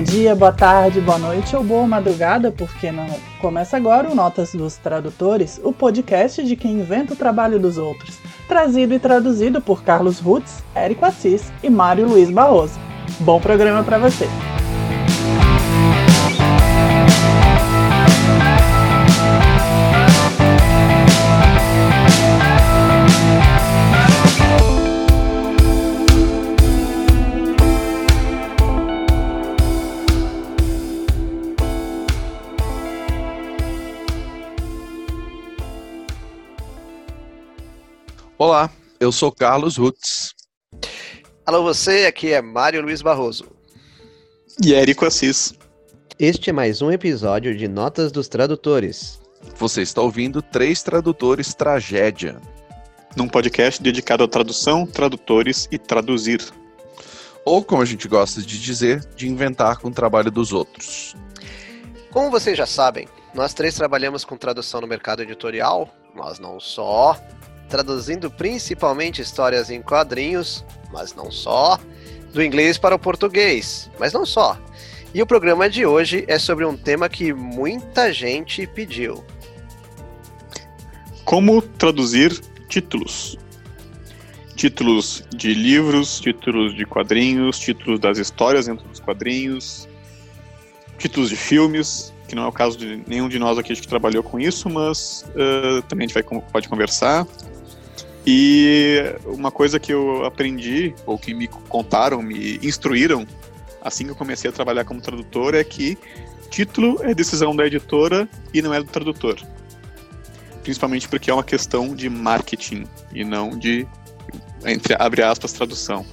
Bom dia, boa tarde, boa noite ou boa madrugada, por que não? Começa agora o Notas dos Tradutores, o podcast de quem inventa o trabalho dos outros. Trazido e traduzido por Carlos Rutz, Érico Assis e Mário Luiz Barroso. Bom programa para você! Olá, eu sou Carlos Rutz. Alô você, aqui é Mário Luiz Barroso. E Érico Assis. Este é mais um episódio de Notas dos Tradutores. Você está ouvindo 3 Tradutores Tragédia. Num podcast dedicado à tradução, tradutores e traduzir. Ou, como a gente gosta de dizer, de inventar com o trabalho dos outros. Como vocês já sabem, nós 3 trabalhamos com tradução no mercado editorial, mas não só... traduzindo principalmente histórias em quadrinhos, mas não só, do inglês para o português, mas não só. E o programa de hoje é sobre um tema que muita gente pediu. Como traduzir títulos. Títulos de livros, títulos de quadrinhos, títulos das histórias dentro dos quadrinhos, títulos de filmes, que não é o caso de nenhum de nós aqui que trabalhou com isso, mas também a gente pode conversar. E uma coisa que eu aprendi, ou que me contaram, me instruíram, assim que eu comecei a trabalhar como tradutor, é que título é decisão da editora e não é do tradutor. Principalmente porque é uma questão de marketing e não de, entre abre aspas, tradução.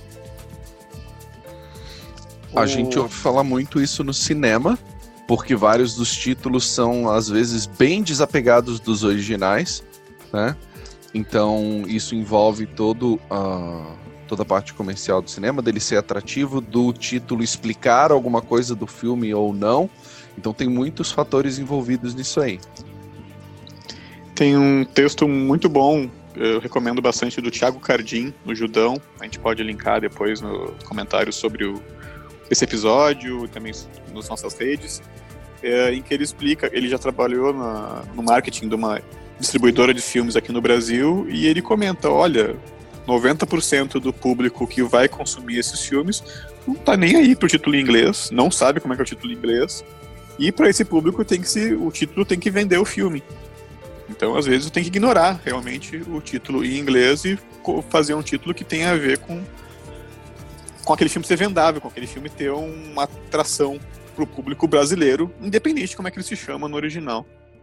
A gente ouve falar muito isso no cinema, porque vários dos títulos são, às vezes, bem desapegados dos originais, né? Então, isso envolve toda a parte comercial do cinema, dele ser atrativo, do título explicar alguma coisa do filme ou não. Então, tem muitos fatores envolvidos nisso aí. Tem um texto muito bom, eu recomendo bastante, do Thiago Cardim, no Judão. A gente pode linkar depois no comentário sobre esse episódio e também nas nossas redes, em que ele explica, ele já trabalhou no marketing de uma distribuidora de filmes aqui no Brasil, e ele comenta, olha, 90% do público que vai consumir esses filmes não tá nem aí pro título em inglês, não sabe como é que é o título em inglês, e para esse público o título tem que vender o filme. Então, às vezes, tem que ignorar realmente o título em inglês e fazer um título que tenha a ver com aquele filme ser vendável, com aquele filme ter uma atração pro público brasileiro, independente de como é que ele se chama no original.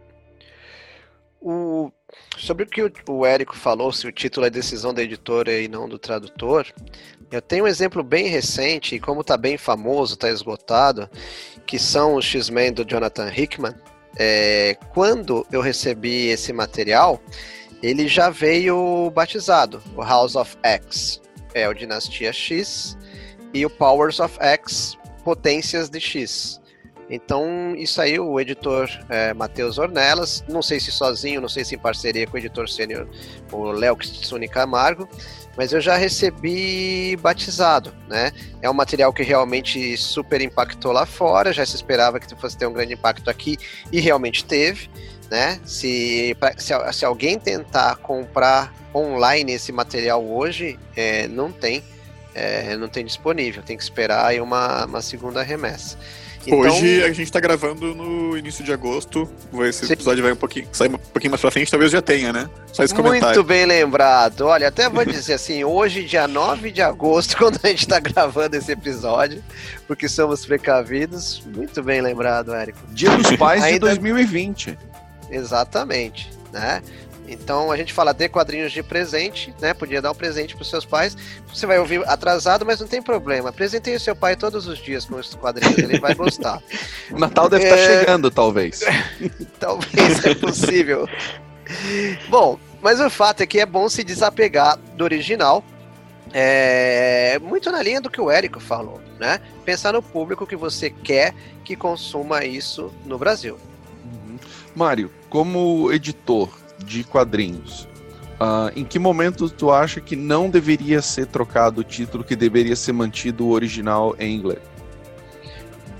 Sobre o que o Érico falou, se o título é decisão da editora e não do tradutor, eu tenho um exemplo bem recente, e como está bem famoso, está esgotado, que são os X-Men do Jonathan Hickman. Quando eu recebi esse material, ele já veio batizado, o House of X, o Dinastia X, e o Powers of X, Potências de X. Então, isso aí, o editor Matheus Ornelas, não sei se sozinho, não sei se em parceria com o editor sênior, o Léo Kitsune Camargo, mas eu já recebi batizado, né? É um material que realmente super impactou lá fora, já se esperava que fosse ter um grande impacto aqui, e realmente teve, né? Se alguém tentar comprar online esse material hoje, não tem disponíbvel, tem que esperar aí uma segunda remessa. Então, hoje a gente está gravando no início de agosto. Esse episódio vai sair um pouquinho mais pra frente, talvez já tenha, né? Só esse comentário. Muito bem lembrado. Olha, até vou dizer assim, hoje, dia 9 de agosto, quando a gente está gravando esse episódio, porque somos precavidos. Muito bem lembrado, Érico. Dia dos Pais de 2020. Exatamente, né? Então a gente fala de quadrinhos de presente, né? Podia dar um presente para os seus pais. Você vai ouvir atrasado, mas não tem problema. Presenteie o seu pai todos os dias com os quadrinhos, ele vai gostar. O Natal deve estar chegando, talvez. Talvez, é possível. Bom, mas o fato é que é bom se desapegar do original. Muito na linha do que o Érico falou, né? Pensar no público que você quer que consuma isso no Brasil. Mário, como editor de quadrinhos, em que momento tu acha que não deveria ser trocado o título, que deveria ser mantido o original em inglês?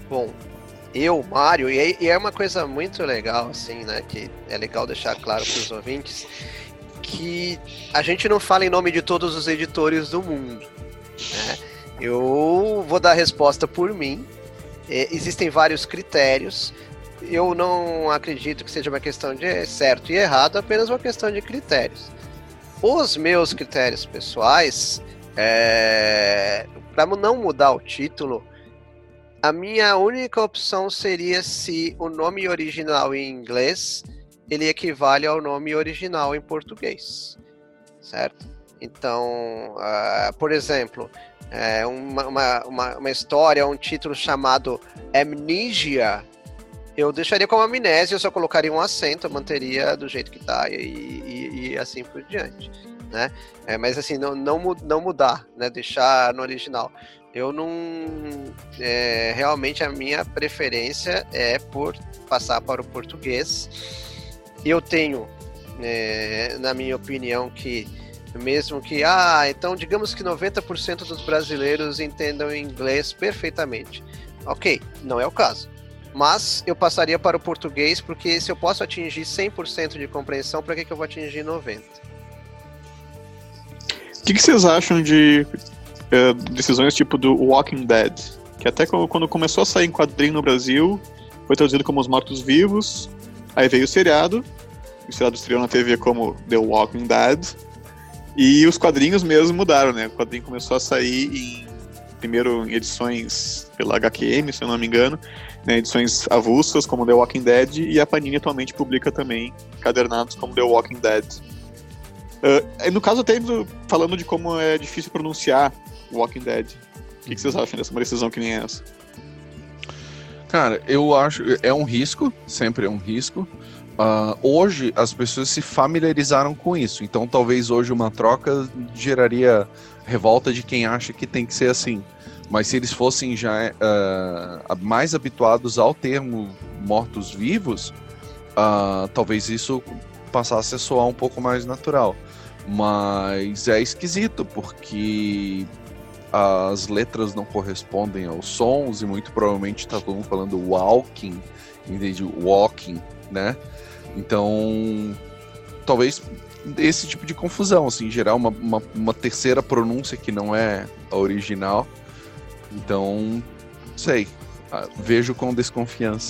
Bom, Mário, e é uma coisa muito legal, assim, né, que é legal deixar claro para os ouvintes, que a gente não fala em nome de todos os editores do mundo, né? Eu vou dar a resposta por mim. Existem vários critérios. Eu não acredito que seja uma questão de certo e errado, apenas uma questão de critérios. Os meus critérios pessoais, para não mudar o título, a minha única opção seria se o nome original em inglês ele equivale ao nome original em português, certo? Então, por exemplo, uma história, um título chamado Amnesia, eu deixaria como amnésia, eu só colocaria um acento, eu manteria do jeito que está e assim por diante, né? Mas assim, não mudar, né? Deixar no original. Eu não... realmente a minha preferência é por passar para o português. Eu tenho, na minha opinião, que mesmo que... então digamos que 90% dos brasileiros entendam inglês perfeitamente. Ok, não é o caso. Mas eu passaria para o português, porque se eu posso atingir 100% de compreensão, para que eu vou atingir 90%? O que vocês acham de decisões tipo do Walking Dead? Que até quando começou a sair em quadrinho no Brasil, foi traduzido como Os Mortos-Vivos, aí veio o seriado estreou na TV como The Walking Dead, e os quadrinhos mesmo mudaram, né? O quadrinho começou a sair primeiro em edições pela HQM, se eu não me engano, né, edições avulsas como The Walking Dead, e a Panini atualmente publica também encadernados como The Walking Dead. No caso, até falando de como é difícil pronunciar Walking Dead, o que vocês acham dessa decisão que nem essa? Cara, eu acho é um risco, sempre é um risco. Hoje as pessoas se familiarizaram com isso, então talvez hoje uma troca geraria revolta de quem acha que tem que ser assim. Mas se eles fossem já mais habituados ao termo mortos-vivos, talvez isso passasse a soar um pouco mais natural. Mas é esquisito, porque as letras não correspondem aos sons, e muito provavelmente está todo mundo falando walking, em vez de walking, né? Então, talvez esse tipo de confusão, assim, gerar uma terceira pronúncia que não é a original. Então, sei, vejo com desconfiança.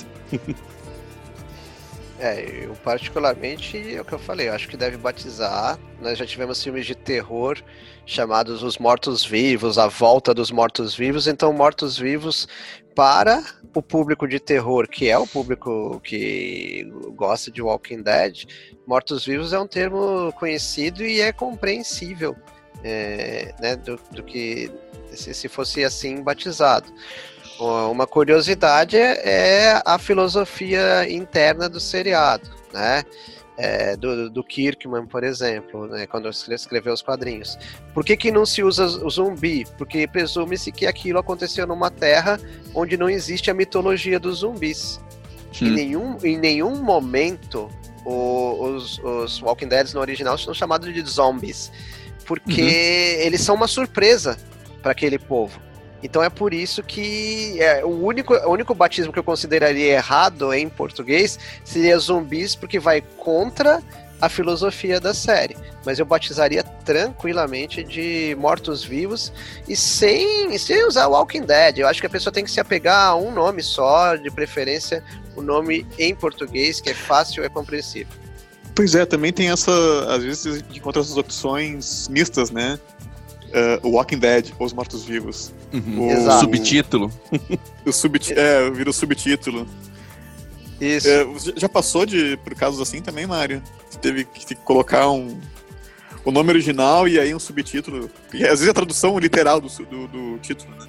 Eu particularmente, é o que eu falei, eu acho que deve batizar. Nós já tivemos filmes de terror chamados Os Mortos-Vivos, A Volta dos Mortos-Vivos. Então, Mortos-Vivos, para o público de terror, que é o público que gosta de Walking Dead, Mortos-Vivos é um termo conhecido e é compreensível, né, do que se fosse assim batizado. Uma curiosidade é a filosofia interna do seriado, né? Do Kirkman, por exemplo, né? Quando escreveu os quadrinhos. Por que não se usa o zumbi? Porque presume-se que aquilo aconteceu numa terra onde não existe a mitologia dos zumbis. Em nenhum momento os Walking Dead no original são chamados de zombies, porque eles são uma surpresa para aquele povo. Então é por isso que o único batismo que eu consideraria errado em português seria zumbis, porque vai contra a filosofia da série. Mas eu batizaria tranquilamente de mortos-vivos e sem usar Walking Dead. Eu acho que a pessoa tem que se apegar a um nome só, de preferência o nome em português, que é fácil e é compreensível. Pois é, também tem às vezes a gente encontra essas opções mistas, né? O Walking Dead, Os Mortos-Vivos. O subtítulo. Vira o subtítulo. Isso. Já passou por casos assim também, Mário? Você teve que colocar o nome original e aí um subtítulo. E às vezes a tradução literal do título, né?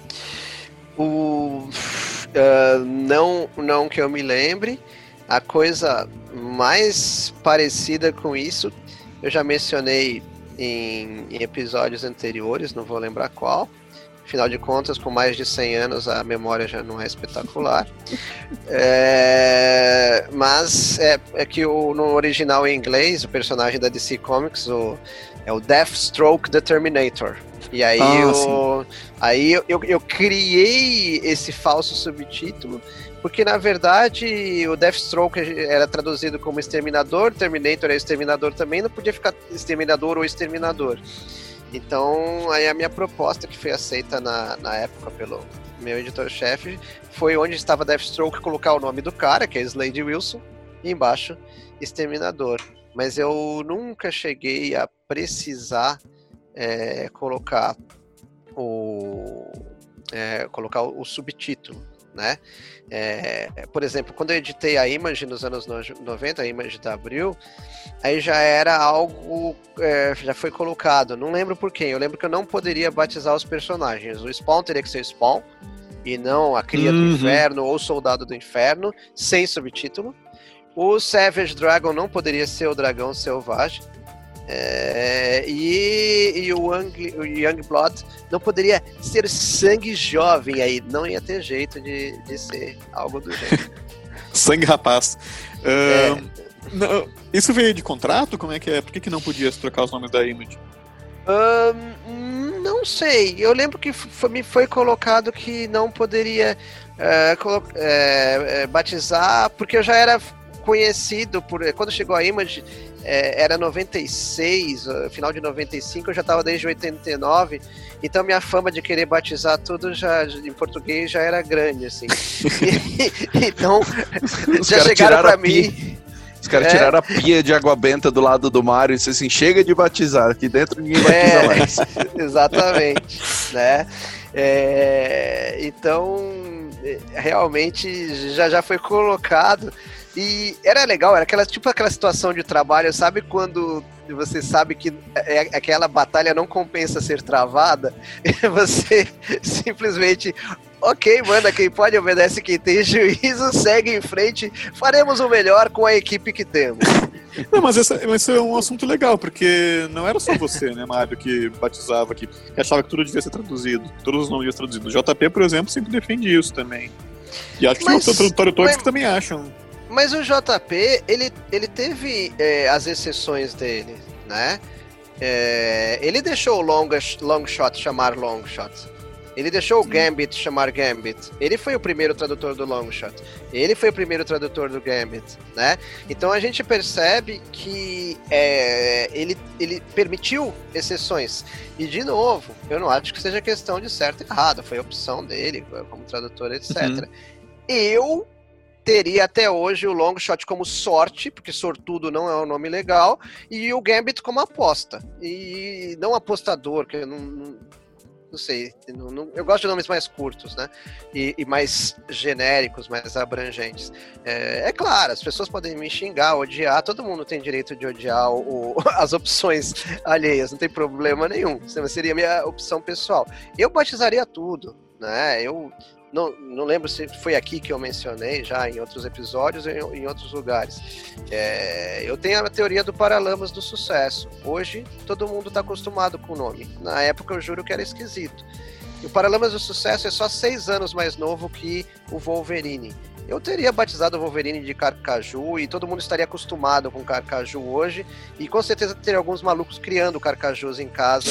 Não que eu me lembre. A coisa mais parecida com isso, eu já mencionei em episódios anteriores, não vou lembrar qual, Afinal de contas, com mais de 100 anos, a memória já não é espetacular. Mas é que no original em inglês, o personagem da DC Comics é o Deathstroke the Terminator. E aí, eu criei esse falso subtítulo, porque na verdade o Deathstroke era traduzido como Exterminador, Terminator é Exterminador também, não podia ficar Exterminador ou Exterminador. Então, aí a minha proposta, que foi aceita na época pelo meu editor-chefe, foi onde estava Deathstroke, colocar o nome do cara, que é Slade Wilson, e embaixo Exterminador. Mas eu nunca cheguei a precisar colocar o subtítulo, né? Por exemplo, quando eu editei a Image nos anos 90, a Image da Abril, aí já era algo, já foi colocado, não lembro por quem, eu lembro que eu não poderia batizar os personagens, o Spawn teria que ser Spawn, e não a Cria do Inferno ou Soldado do Inferno, sem subtítulo. O Savage Dragon não poderia ser o Dragão Selvagem. E o Youngblood não poderia ser sangue jovem, aí não ia ter jeito de ser algo do gênero. Sangue rapaz. Não, isso veio de contrato? Como é que é? Por que não podia trocar os nomes da Image? Não sei. Eu lembro que me foi colocado que não poderia batizar, porque eu já era conhecido quando chegou a Image. Era 96, final de 95, eu já estava desde 89, então minha fama de querer batizar tudo em português já era grande, assim. Então, já chegaram para mim... Os caras tiraram a pia de água benta do lado do mar e disseram assim, chega de batizar, aqui dentro ninguém batiza mais. Exatamente, né? Então, realmente, já foi colocado. E era legal, era aquela situação de trabalho, sabe quando você sabe que aquela batalha não compensa ser travada? Você simplesmente, ok, manda quem pode, obedece quem tem juízo, segue em frente, faremos o melhor com a equipe que temos. Não, mas esse é um assunto legal, porque não era só você, né, Mário, que batizava, que achava que tudo devia ser traduzido, todos os nomes deviam ser traduzidos. O JP, por exemplo, sempre defende isso também. E acho que tem outros tradutores que também acham. Mas o JP, ele teve as exceções dele, né? Ele deixou o Longshot chamar Longshot. Ele deixou o Gambit chamar Gambit. Ele foi o primeiro tradutor do Longshot. Ele foi o primeiro tradutor do Gambit, né? Então a gente percebe que ele permitiu exceções. E, de novo, eu não acho que seja questão de certo e errado. Foi a opção dele como tradutor, etc. Eu teria até hoje o Longshot como sorte, porque sortudo não é um nome legal, e o Gambit como aposta. E não apostador, que eu não sei. Eu gosto de nomes mais curtos, né? E mais genéricos, mais abrangentes. É claro, as pessoas podem me xingar, odiar, todo mundo tem direito de odiar as opções alheias, não tem problema nenhum. Seria a minha opção pessoal. Eu batizaria tudo, né? Eu não lembro se foi aqui que eu mencionei já em outros episódios ou em outros lugares. Eu tenho a teoria do Paralamas do Sucesso. Hoje todo mundo está acostumado com o nome. Na época eu juro que era esquisito. E o Paralamas do Sucesso é só 6 anos mais novo que o Wolverine. Eu teria batizado o Wolverine de Carcaju e todo mundo estaria acostumado com Carcaju hoje, e com certeza teria alguns malucos criando Carcajus em casa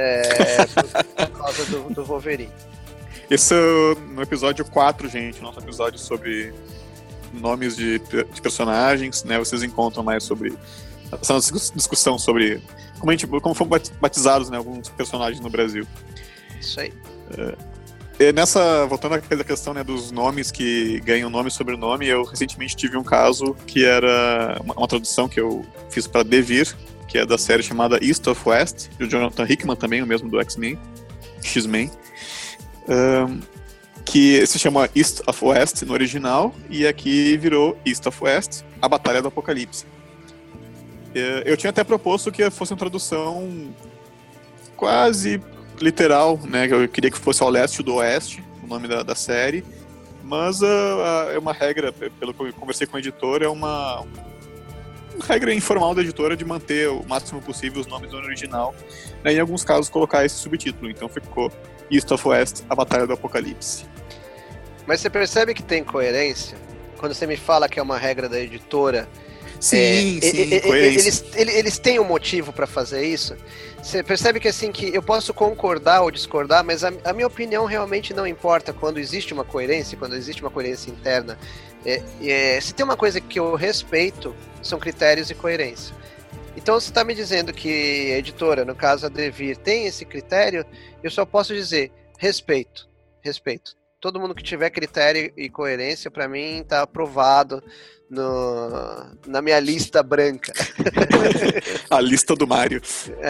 por causa do Wolverine. Esse é no episódio 4, gente, nosso episódio sobre nomes de personagens, né? Vocês encontram mais sobre essa nossa discussão sobre como foram batizados, né, alguns personagens no Brasil. Isso aí. Voltando àquela questão, né, dos nomes que ganham nome e sobrenome, eu recentemente tive um caso que era uma tradução que eu fiz para Devir, que é da série chamada East of West, do Jonathan Hickman também, o mesmo do X-Men. Que se chama East of West no original, e aqui virou East of West, a Batalha do Apocalipse. Eu tinha até proposto que fosse uma tradução quase literal, né? Eu queria que fosse ao leste do oeste, o nome da série, mas é uma regra, pelo que eu conversei com o editor, é uma regra informal da editora de manter o máximo possível os nomes do original, né, em alguns casos colocar esse subtítulo. Então ficou East of West, A Batalha do Apocalipse. Mas você percebe que tem coerência? Quando você me fala que é uma regra da editora... Sim, coerência. Eles têm um motivo para fazer isso? Você percebe que assim, que eu posso concordar ou discordar, mas a minha opinião realmente não importa quando existe uma coerência interna. Se tem uma coisa que eu respeito, são critérios e coerência. Então, você está me dizendo que a editora, no caso a Devir, tem esse critério, eu só posso dizer respeito. Todo mundo que tiver critério e coerência, para mim, está aprovado na minha lista branca. A lista do Mário.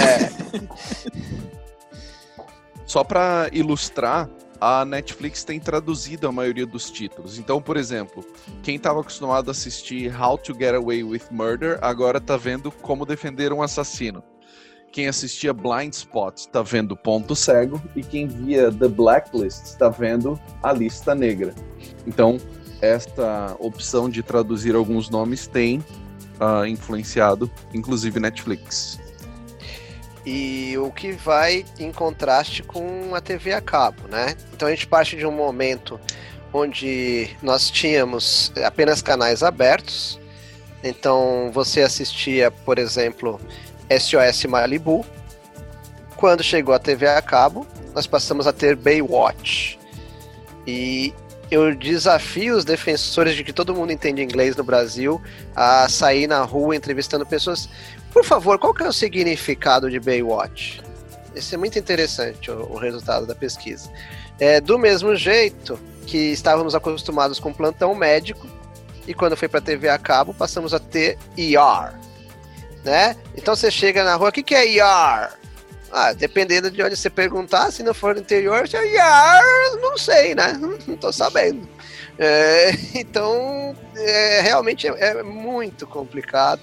Só para ilustrar, a Netflix tem traduzido a maioria dos títulos. Então, por exemplo, quem estava acostumado a assistir How to Get Away with Murder, agora está vendo Como Defender um Assassino. Quem assistia Blind Spot está vendo Ponto Cego, e quem via The Blacklist está vendo A Lista Negra. Então, esta opção de traduzir alguns nomes tem influenciado, inclusive, Netflix. E o que vai em contraste com a TV a cabo, né? Então a gente parte de um momento onde nós tínhamos apenas canais abertos. Então você assistia, por exemplo, SOS Malibu. Quando chegou a TV a cabo, nós passamos a ter Baywatch. E eu desafio os defensores de que todo mundo entende inglês no Brasil a sair na rua entrevistando pessoas. Por favor, qual que é o significado de Baywatch? Esse é muito interessante, o resultado da pesquisa. Do mesmo jeito que estávamos acostumados com plantão médico, e quando foi para TV a cabo, passamos a ter ER. Né? Então você chega na rua, o que é ER? Dependendo de onde você perguntar, se não for no interior, ER, não sei, né? Não tô sabendo. Então, realmente é muito complicado.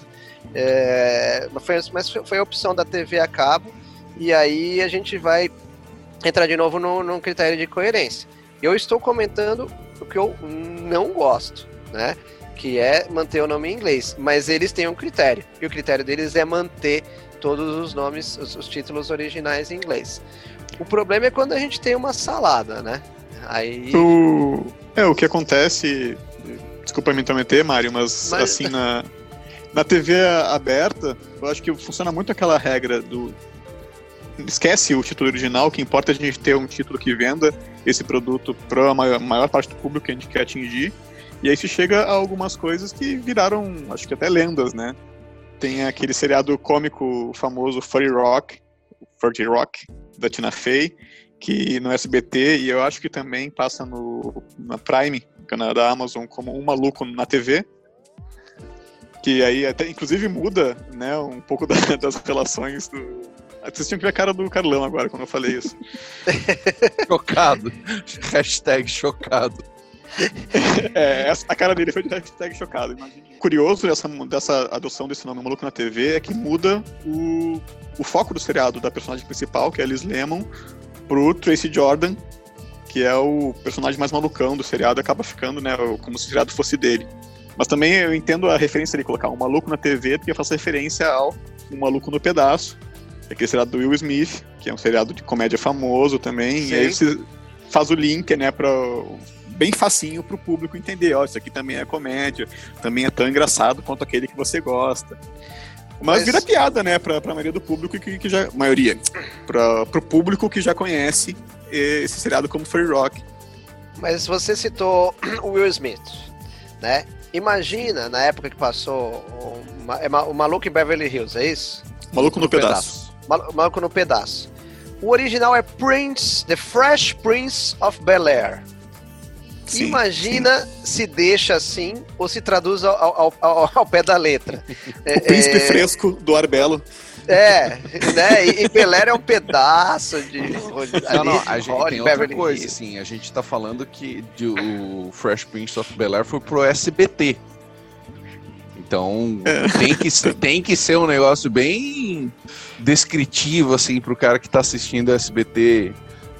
Mas foi a opção da TV a cabo, e aí a gente vai entrar de novo num critério de coerência. Eu estou comentando o que eu não gosto, né? Que é manter o nome em inglês, mas eles têm um critério, e o critério deles é manter todos os nomes, os títulos originais em inglês. O problema é quando a gente tem uma salada, né? Aí... O que acontece, desculpa me intrometer, Mário, mas assim, na TV aberta, eu acho que funciona muito aquela regra do... Esquece o título original, o que importa é a gente ter um título que venda esse produto para a maior parte do público que a gente quer atingir. E aí se chega a algumas coisas que viraram, acho que até lendas, né? Tem aquele seriado cômico famoso 30 Rock, da Tina Fey, que no SBT, e eu acho que também passa na Prime, canal da Amazon, como Um Maluco na TV. Que aí até, inclusive, muda, né, um pouco das relações do... Vocês tinham que ver a cara do Carlão agora, quando eu falei isso. Chocado. Hashtag chocado. A cara dele foi de hashtag chocado, imagina. Curioso dessa adoção desse nome Maluco na TV é que muda o foco do seriado da personagem principal, que é a Liz Lemon, pro Tracy Jordan, que é o personagem mais malucão do seriado, acaba ficando, né, como se o seriado fosse dele. Mas também eu entendo a referência de colocar Um Maluco na TV, porque faz referência ao Um Maluco no Pedaço, aquele seriado do Will Smith, que é um seriado de comédia famoso também. Sim. E aí você faz o link, né, bem facinho pro público entender, isso aqui também é comédia, também é tão engraçado quanto aquele que você gosta. Mas vira piada, né, pra maioria do público que já... pro público que já conhece esse seriado como 30 Rock. Mas você citou o Will Smith, né? Imagina, na época que passou o Maluco em Beverly Hills, é isso? Maluco no Pedaço. Maluco no Pedaço. O original é The Fresh Prince of Bel-Air. Sim, imagina se deixa assim ou se traduz ao pé da letra. O príncipe fresco do Arbelo. Né? E Bel-Air é um pedaço de... A gente tem outra coisa, assim, a gente tá falando que o Fresh Prince of Bel-Air foi pro SBT. Então, tem que ser um negócio bem descritivo, assim, pro cara que tá assistindo o SBT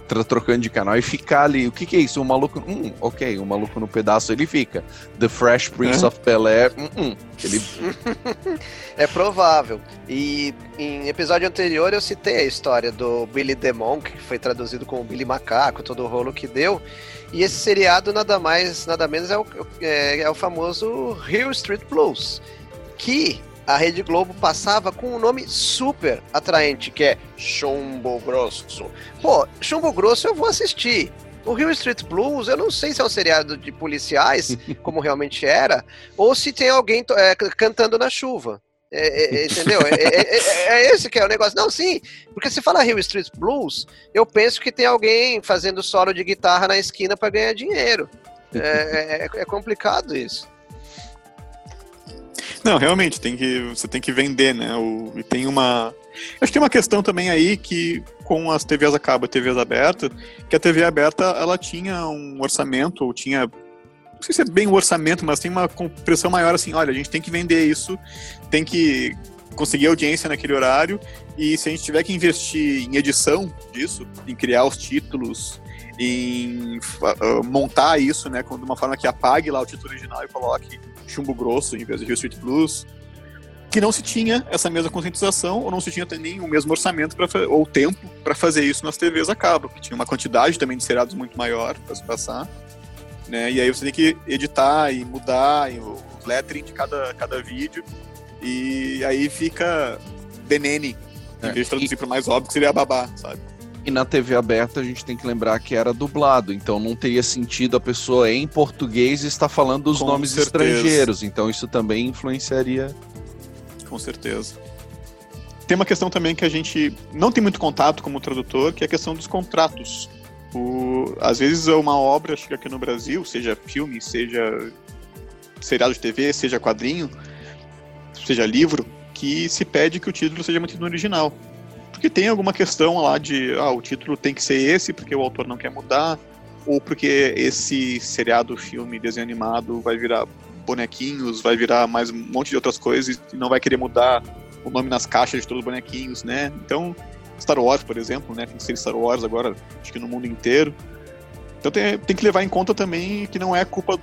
trocando de canal e ficar ali. O que é isso? Um maluco. Ok, um maluco no pedaço ele fica. The Fresh Prince of Bel-Air. Ele... É provável. E em episódio anterior eu citei a história do Billy the Monk, que foi traduzido como Billy Macaco, todo o rolo que deu. E esse seriado nada mais, nada menos é o famoso Hill Street Blues, que a Rede Globo passava com um nome super atraente, que é Chumbo Grosso. Pô, Chumbo Grosso eu vou assistir. O Hill Street Blues, eu não sei se é um seriado de policiais, como realmente era, ou se tem alguém cantando na chuva. Entendeu? É esse que é o negócio. Não, sim, porque se fala Hill Street Blues, eu penso que tem alguém fazendo solo de guitarra na esquina para ganhar dinheiro. É complicado isso. Não, realmente, você tem que vender, né? E tem uma... Acho que tem uma questão também aí que, com as TVs a cabo e TVs abertas, que a TV aberta, ela tinha um orçamento, ou tinha... Não sei se é bem o orçamento, mas tem uma pressão maior assim, olha, a gente tem que vender isso, tem que conseguir audiência naquele horário, e se a gente tiver que investir em edição disso, em criar os títulos, em montar isso, né, de uma forma que apague lá o título original e coloque Chumbo Grosso em vez de Hill Street Blues, que não se tinha essa mesma conscientização, ou não se tinha nem o mesmo orçamento ou tempo para fazer isso nas TVs a cabo, que tinha uma quantidade também de seriados muito maior para se passar, né, e aí você tem que editar e mudar o lettering de cada vídeo, e aí fica Benene, em vez de traduzir para o mais óbvio, que seria babá, sabe? E na TV aberta a gente tem que lembrar que era dublado, então não teria sentido a pessoa em português estar falando os nomes estrangeiros, então isso também influenciaria. Com certeza. Tem uma questão também que a gente não tem muito contato como tradutor, que é a questão dos contratos. Às vezes uma obra chega aqui no Brasil, seja filme, seja seriado de TV, seja quadrinho, seja livro, que se pede que o título seja mantido no original. Porque tem alguma questão lá de, o título tem que ser esse porque o autor não quer mudar, ou porque esse seriado, filme, desenho animado vai virar bonequinhos, vai virar mais um monte de outras coisas e não vai querer mudar o nome nas caixas de todos os bonequinhos, né? Então, Star Wars, por exemplo, né? Tem que ser Star Wars agora, acho que no mundo inteiro. Então tem que levar em conta também que não é culpa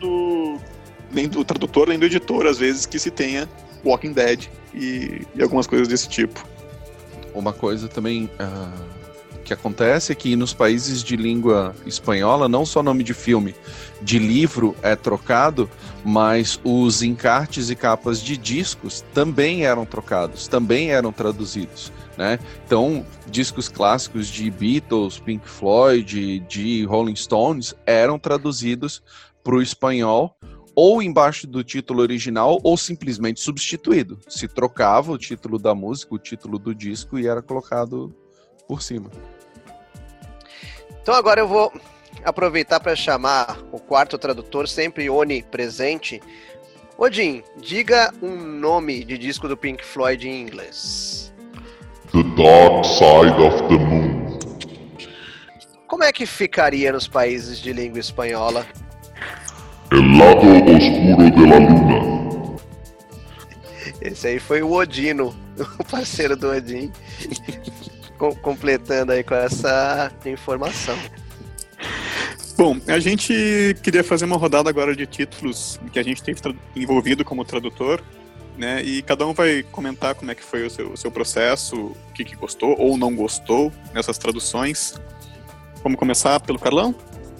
nem do tradutor, nem do editor, às vezes, que se tenha Walking Dead e algumas coisas desse tipo. Uma coisa também que acontece é que nos países de língua espanhola, não só nome de filme, de livro é trocado, mas os encartes e capas de discos também eram trocados, também eram traduzidos, né? Então, discos clássicos de Beatles, Pink Floyd, de Rolling Stones eram traduzidos para o espanhol, ou embaixo do título original, ou simplesmente substituído. Se trocava o título da música, o título do disco, e era colocado por cima. Então agora eu vou aproveitar para chamar o quarto tradutor, sempre onipresente. Odin, diga um nome de disco do Pink Floyd em inglês. The Dark Side of the Moon. Como é que ficaria nos países de língua espanhola? El lado oscuro de la luna. Esse aí foi o Odino, o parceiro do Odin, completando aí com essa informação. Bom, a gente queria fazer uma rodada agora de títulos que a gente teve envolvido como tradutor, né? E cada um vai comentar como é que foi o seu processo, o que gostou ou não gostou nessas traduções. Vamos começar pelo Carlão?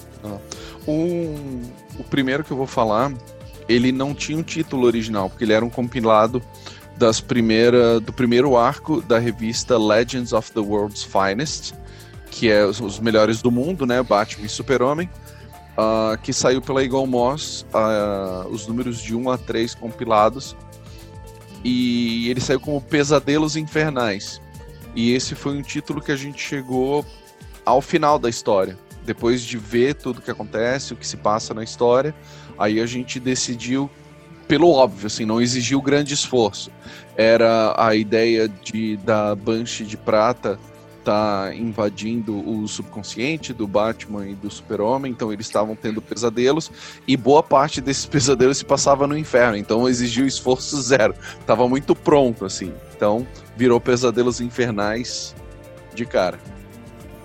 O primeiro que eu vou falar, ele não tinha um título original, porque ele era um compilado do primeiro arco da revista Legends of the World's Finest, que é os melhores do mundo, né? Batman e Super-Homem, que saiu pela Eagle Moss, os números de 1 a 3 compilados, e ele saiu como Pesadelos Infernais. E esse foi um título que a gente chegou ao final da história. Depois de ver tudo que acontece, o que se passa na história, aí a gente decidiu, pelo óbvio, assim, não exigiu grande esforço. Era a ideia da Banshee de Prata tá invadindo o subconsciente do Batman e do Super-Homem, então eles estavam tendo pesadelos, e boa parte desses pesadelos se passava no inferno, então exigiu esforço zero. Tava muito pronto, assim. Então virou Pesadelos Infernais de cara.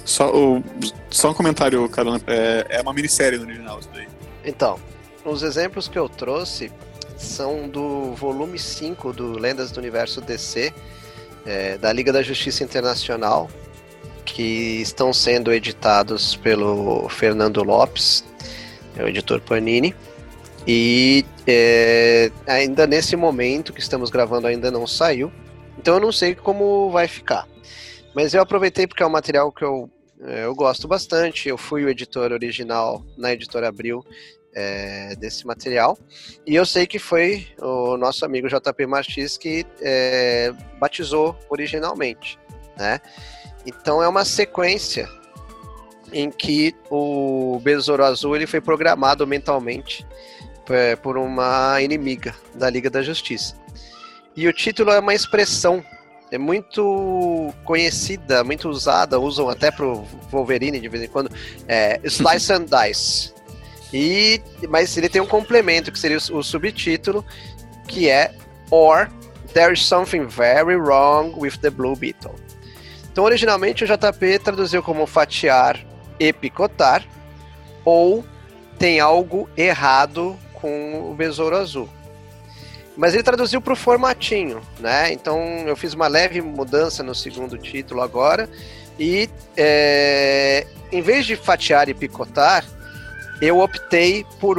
Só um comentário, Carolina. É uma minissérie no original isso daí. Então, os exemplos que eu trouxe são do volume 5 do Lendas do Universo DC, da Liga da Justiça Internacional, que estão sendo editados pelo Fernando Lopes, o editor Panini, e ainda nesse momento que estamos gravando ainda não saiu, então eu não sei como vai ficar. Mas eu aproveitei porque é um material que eu gosto bastante, eu fui o editor original na Editora Abril desse material, e eu sei que foi o nosso amigo JP Martins que batizou originalmente, né? Então é uma sequência em que o Besouro Azul ele foi programado mentalmente por uma inimiga da Liga da Justiça. E o título é uma expressão muito conhecida, muito usada, usam até pro Wolverine de vez em quando, Slice and Dice. Mas ele tem um complemento, que seria o subtítulo, que é Or There is Something Very Wrong with the Blue Beetle. Então, originalmente, o JP traduziu como fatiar e picotar, ou tem algo errado com o Besouro Azul. Mas ele traduziu para o formatinho, né? Então, eu fiz uma leve mudança no segundo título agora, e em vez de fatiar e picotar, eu optei por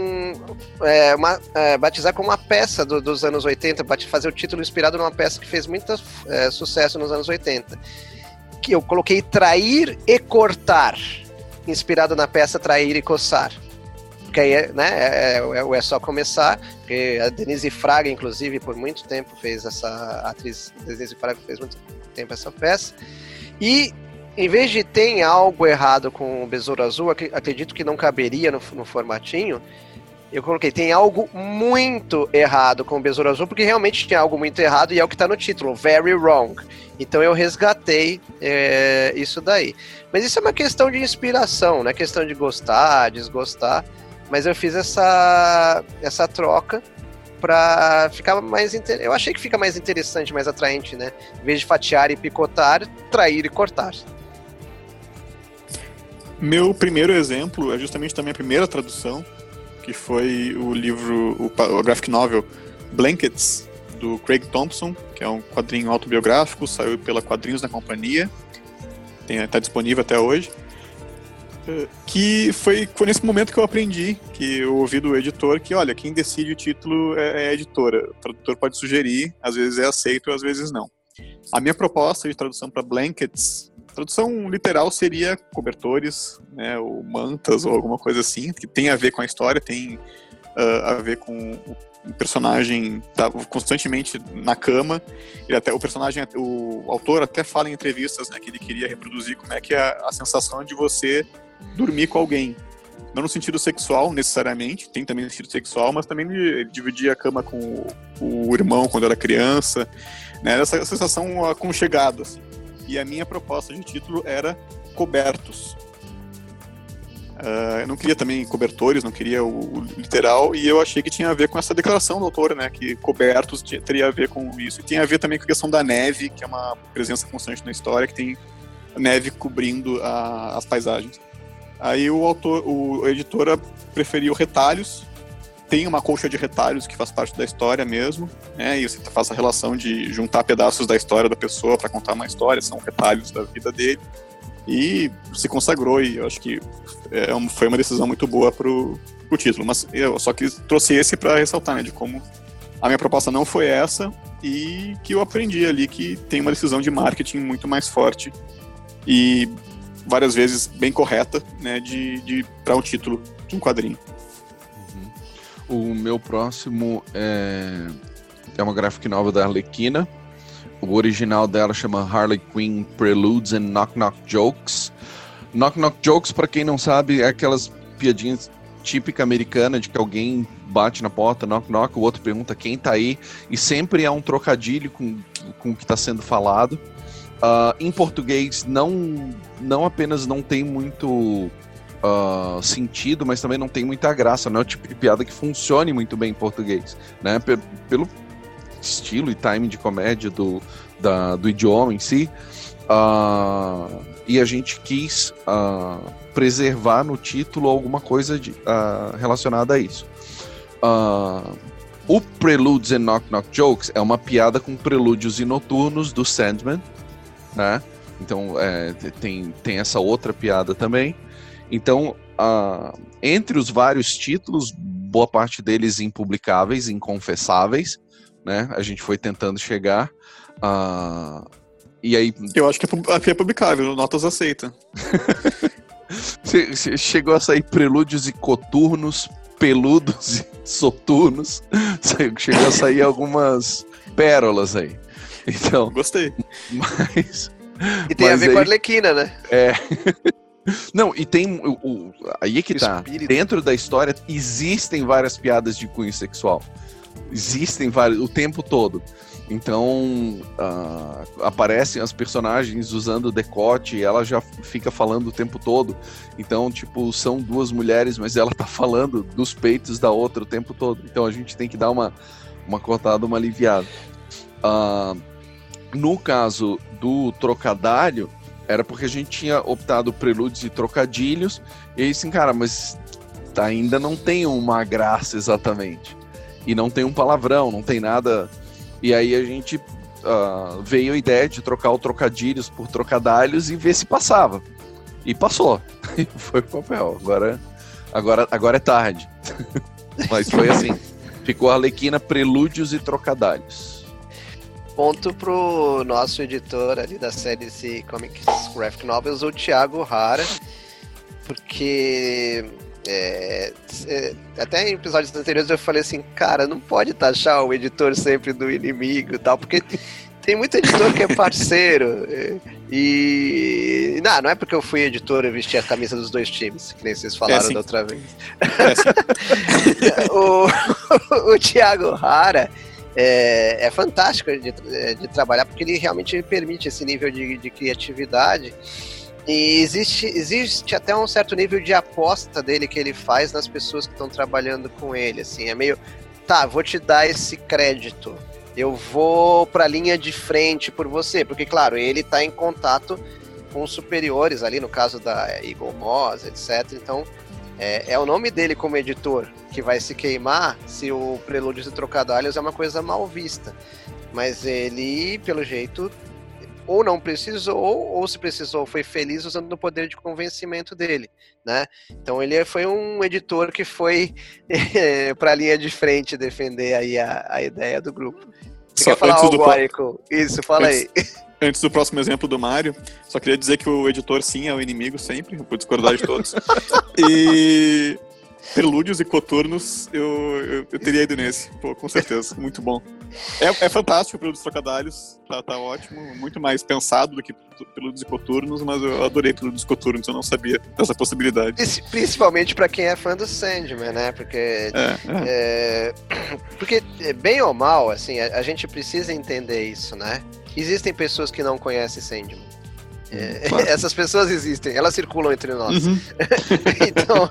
batizar como uma peça dos anos 80, fazer o título inspirado numa peça que fez muito sucesso nos anos 80. Que eu coloquei Trair e Cortar, inspirado na peça Trair e Coçar. Porque aí, né, é só começar, porque a Denise Fraga, inclusive, por muito tempo a atriz Denise Fraga fez muito tempo essa peça. E em vez de ter algo errado com o Besouro Azul, acredito que não caberia no formatinho, eu coloquei, tem algo muito errado com o Besouro Azul, porque realmente tinha algo muito errado, e é o que está no título, Very Wrong. Então eu resgatei isso daí. Mas isso é uma questão de inspiração, não é questão de gostar, desgostar, mas eu fiz essa troca para ficar mais eu achei que fica mais interessante, mais atraente, né? Em vez de fatiar e picotar, trair e cortar. Meu primeiro exemplo é justamente também a primeira tradução, que foi o livro, o graphic novel Blankets, do Craig Thompson, que é um quadrinho autobiográfico, saiu pela Quadrinhos da Companhia, está disponível até hoje, que foi nesse momento que eu aprendi, que eu ouvi do editor que, olha, quem decide o título é a editora, o tradutor pode sugerir, às vezes é aceito, às vezes não. A minha proposta de tradução para Blankets, tradução literal seria cobertores, né, ou mantas, ou alguma coisa assim, que tem a ver com a história, tem a ver com o personagem tá constantemente na cama, o autor até fala em entrevistas, né, que ele queria reproduzir como é que é a sensação de você dormir com alguém. Não no sentido sexual, necessariamente, tem também no sentido sexual, mas também ele dividia a cama com o irmão quando era criança, né, essa sensação aconchegada, assim. E a minha proposta de título era Cobertos. Eu não queria também cobertores, não queria o literal, e eu achei que tinha a ver com essa declaração do autor, né, que cobertos teria a ver com isso, e tem a ver também com a questão da neve, que é uma presença constante na história, que tem neve cobrindo as paisagens. Aí o editora preferiu retalhos, tem uma colcha de retalhos que faz parte da história mesmo, né, e você faz a relação de juntar pedaços da história da pessoa para contar uma história, são retalhos da vida dele, e se consagrou, e eu acho que foi uma decisão muito boa pro título, mas eu só trouxe esse para ressaltar, né, de como a minha proposta não foi essa, e que eu aprendi ali que tem uma decisão de marketing muito mais forte, e várias vezes bem correta, né, para um título de um quadrinho. O meu próximo é uma graphic novel da Arlequina. O original dela chama Harley Quinn Preludes and Knock Knock Jokes. Knock Knock Jokes, para quem não sabe, é aquelas piadinhas típica americana de que alguém bate na porta, knock knock, o outro pergunta quem tá aí, e sempre é um trocadilho com o que está sendo falado. Em português não apenas não tem muito sentido, mas também não tem muita graça, não é o tipo de piada que funcione muito bem em português, né? Pelo estilo e timing de comédia do idioma em si. e a gente quis preservar no título alguma coisa relacionada a isso. O Preludes and Knock Knock Jokes é uma piada com prelúdios e noturnos do Sandman, né? Então tem essa outra piada também. Então, entre os vários títulos, boa parte deles impublicáveis, inconfessáveis, né? A gente foi tentando chegar. E aí... Eu acho que é publicável, Notas aceita. Chegou a sair Prelúdios e Coturnos, Peludos e Soturnos. Chegou a sair algumas pérolas aí. Então, gostei. Mas... E tem a ver com a Arlequina, né? Não, e tem... aí é que tá. Dentro da história existem várias piadas de cunho sexual. Existem vários, o tempo todo. Então, aparecem as personagens usando decote e ela já fica falando o tempo todo. Então, tipo, são duas mulheres, mas ela tá falando dos peitos da outra o tempo todo. Então a gente tem que dar uma cortada, uma aliviada. No caso do trocadilho, era porque a gente tinha optado prelúdios e trocadilhos. E aí, assim, cara, mas ainda não tem uma graça exatamente. E não tem um palavrão, não tem nada... E aí a gente veio a ideia de trocar o trocadilhos por trocadalhos e ver se passava. E passou. E foi pro papel. Agora é tarde. Mas foi assim. Ficou a Arlequina, Prelúdios e Trocadalhos. Ponto pro nosso editor ali da série de Comics Graphic Novels, o Thiago Hara. Porque... até em episódios anteriores eu falei assim, cara, não pode taxar o editor sempre do inimigo e tal, porque tem muito editor que é parceiro e não é porque eu fui editor eu vesti a camisa dos dois times, que nem vocês falaram da outra vez. O Thiago Hara é fantástico de trabalhar, porque ele realmente permite esse nível de criatividade. E existe até um certo nível de aposta dele que ele faz nas pessoas que estão trabalhando com ele, assim, é meio, vou te dar esse crédito, eu vou pra linha de frente por você, porque, claro, ele tá em contato com os superiores ali, no caso da Eagle Moss, etc, então, é o nome dele como editor que vai se queimar se o Prelúdios e Trocadalhos é uma coisa mal vista, mas ele, pelo jeito... ou não precisou, ou se precisou, foi feliz usando o poder de convencimento dele, né? Então ele foi um editor que foi para a linha de frente defender aí a ideia do grupo. Você quer falar algo, Aurico? Isso, fala aí. Antes do próximo exemplo do Mário, só queria dizer que o editor sim é o inimigo sempre, por discordar de todos. E... Prelúdios e Coturnos, eu teria ido nesse, pô, com certeza, muito bom. É fantástico o Prelúdios e Trocadalhos, tá ótimo, muito mais pensado do que Prelúdios e Coturnos, mas eu adorei Prelúdios e Coturnos, eu não sabia dessa possibilidade. Principalmente pra quem é fã do Sandman, né, porque porque bem ou mal, assim, a gente precisa entender isso, né, existem pessoas que não conhecem Sandman. Claro. Essas pessoas existem, elas circulam entre nós. Uhum. Então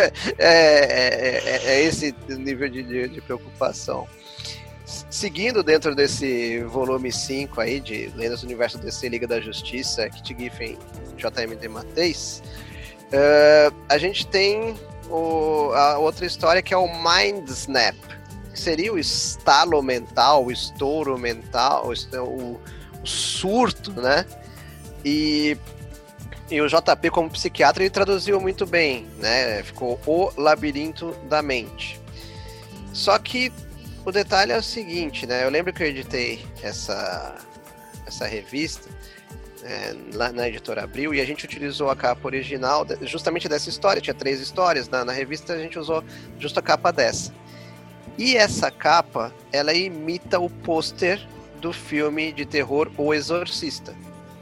é esse nível de preocupação. Seguindo dentro desse volume 5 aí de Lendas do Universo DC, Liga da Justiça, Kit Giffen, J.M.D. Mattheis, a gente tem a outra história que é o Mind Snap, que seria o estalo mental, o estouro mental, o surto, né? E o JP, como psiquiatra, ele traduziu muito bem, né? Ficou O Labirinto da Mente. Só que o detalhe é o seguinte, né? Eu lembro que eu editei essa revista lá na Editora Abril e a gente utilizou a capa original justamente dessa história. Tinha 3 histórias. Na revista a gente usou justo a capa dessa. E essa capa, ela imita o pôster do filme de terror O Exorcista.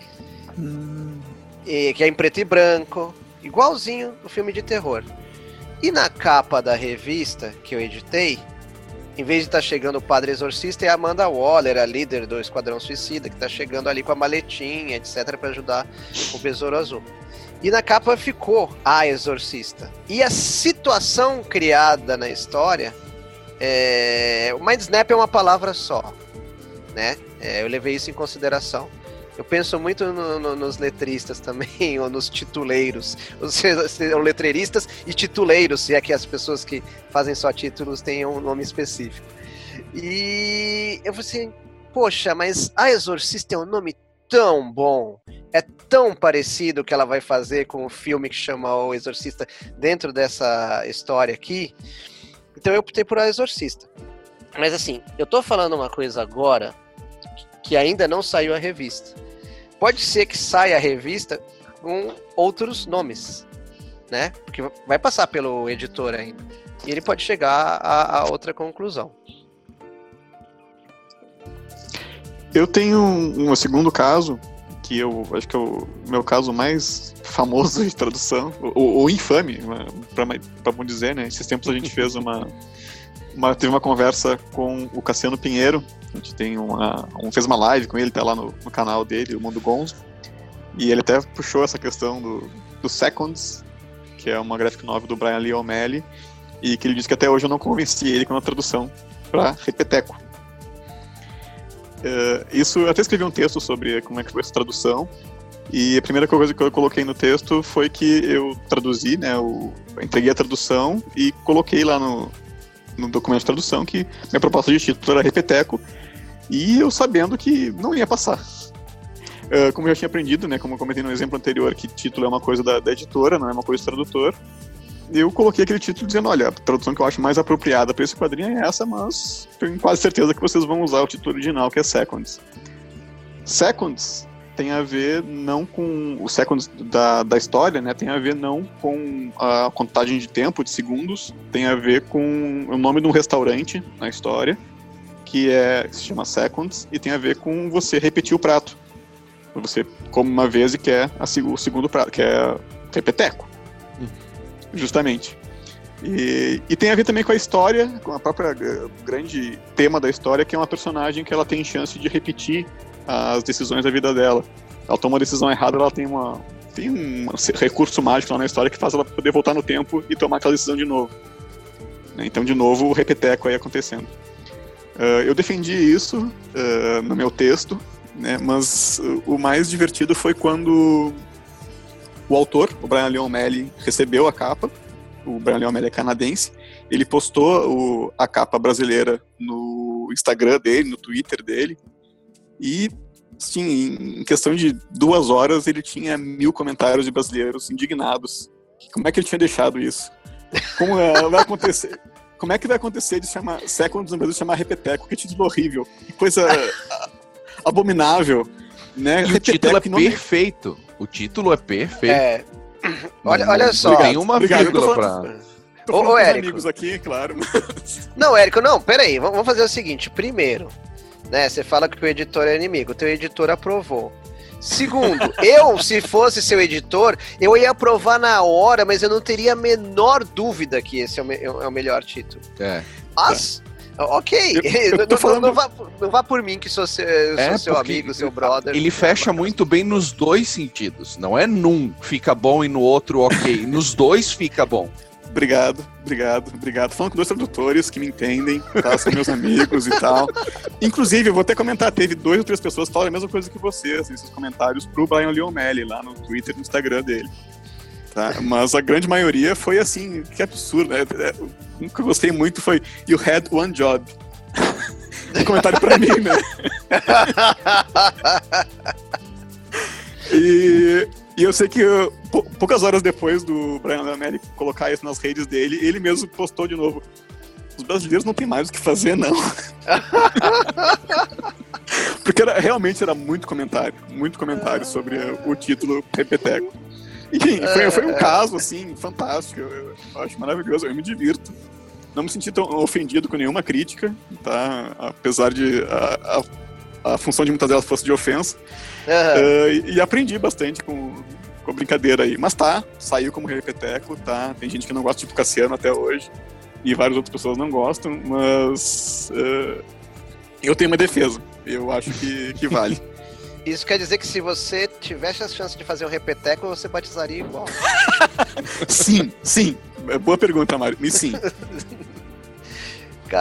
Que é em preto e branco, igualzinho o filme de terror. E na capa da revista que eu editei, em vez de estar chegando o Padre Exorcista, é a Amanda Waller, a líder do Esquadrão Suicida, que está chegando ali com a maletinha, etc, para ajudar o Besouro Azul. E na capa ficou a Exorcista. E a situação criada na história, o Mind Snap é uma palavra só, né? Eu levei isso em consideração. Eu penso muito nos letristas também, ou nos tituleiros. Ou letreiristas e tituleiros, se é que as pessoas que fazem só títulos têm um nome específico. E eu falei assim, poxa, mas A Exorcista é um nome tão bom, é tão parecido o que ela vai fazer com o filme que chama O Exorcista dentro dessa história aqui, então eu optei por A Exorcista. Mas assim, eu tô falando uma coisa agora que ainda não saiu a revista. Pode ser que saia a revista com outros nomes, né? Porque vai passar pelo editor ainda. E ele pode chegar a outra conclusão. Eu tenho um segundo caso, que eu acho que é o meu caso mais famoso de tradução, ou infame, para bom dizer, né? Esses tempos a gente fez teve uma conversa com o Cassiano Pinheiro, a gente fez uma live com ele, tá lá no canal dele, o Mundo Gonzo, e ele até puxou essa questão do Seconds, que é uma graphic novel do Brian Lee O'Malley, e que ele disse que até hoje eu não convenci ele com a tradução para Repeteco. Isso, eu até escrevi um texto sobre como é que foi essa tradução, e a primeira coisa que eu coloquei no texto foi que eu traduzi, né, eu entreguei a tradução e coloquei lá no documento de tradução que minha proposta de título era Repeteco, e eu sabendo que não ia passar. Como eu já tinha aprendido, né, como eu comentei no exemplo anterior, que título é uma coisa da editora, não é uma coisa do tradutor, eu coloquei aquele título dizendo, olha, a tradução que eu acho mais apropriada para esse quadrinho é essa, mas tenho quase certeza que vocês vão usar o título original, que é Seconds. Seconds tem a ver não com o Seconds da história, né? Tem a ver não com a contagem de tempo, de segundos, tem a ver com o nome de um restaurante na história, que se chama Seconds, e tem a ver com você repetir o prato. Você come uma vez e quer o segundo prato, que é Repeteco. Justamente. E tem a ver também com a história, com a própria grande tema da história, que é uma personagem que ela tem chance de repetir as decisões da vida dela. Ela toma uma decisão errada, ela tem um recurso mágico lá na história que faz ela poder voltar no tempo e tomar aquela decisão de novo. Então, de novo, o repeteco aí acontecendo. Eu defendi isso no meu texto, né, mas o mais divertido foi quando o autor, o Brian Lee O'Malley, recebeu a capa. O Brian Lee O'Malley é canadense. Ele postou a capa brasileira no Instagram dele, no Twitter dele. E, sim, em questão de 2 horas, ele tinha 1000 comentários de brasileiros indignados. Como é que ele tinha deixado isso? Como vai acontecer? Como é que vai acontecer de chamar Seconds no Brasil, chamar Repeteco? Que título horrível. Que coisa abominável. Né? E o título é perfeito. O título é perfeito. Olha só. Tem uma vírgula pra... Tô falando com os Érico. Amigos aqui, claro. Não, Érico, não, peraí. Vamos fazer o seguinte. Primeiro, né, você fala que o editor é inimigo. O teu editor aprovou. Segundo, se fosse seu editor, eu ia aprovar na hora, mas eu não teria a menor dúvida que esse é o melhor título. Mas... Ok, eu tô falando... não vá por mim que sou seu amigo, seu brother. Ele fecha muito bem nos dois sentidos. Não é num fica bom e no outro ok. Nos dois fica bom. Obrigado. Falando com 2 tradutores que me entendem, tá? São meus amigos e tal. Inclusive, eu vou até comentar, teve 2 ou 3 pessoas que falaram a mesma coisa que vocês, nesses comentários pro Brian Lee O'Malley, lá no Twitter e no Instagram dele. Tá? Mas a grande maioria foi assim, que absurdo, né? O que eu gostei muito foi You had one job. Um comentário pra mim, né? E eu sei que poucas horas depois do Brian Lee O'Malley colocar isso nas redes dele, ele mesmo postou de novo: os brasileiros não tem mais o que fazer, não. Porque realmente era muito comentário sobre o título Repeteco. Enfim, foi um caso, assim, fantástico, eu acho maravilhoso, eu me divirto. Não me senti tão ofendido com nenhuma crítica, tá? Apesar de a função de muitas delas fosse de ofensa. E aprendi bastante com a brincadeira aí. Mas saiu como Repeteco, tá? Tem gente que não gosta, tipo Cassiano até hoje, e várias outras pessoas não gostam, mas eu tenho uma defesa, eu acho que vale. Isso quer dizer que se você tivesse a chance de fazer um Repeteco, você batizaria igual. Sim. Boa pergunta, Mário. Sim.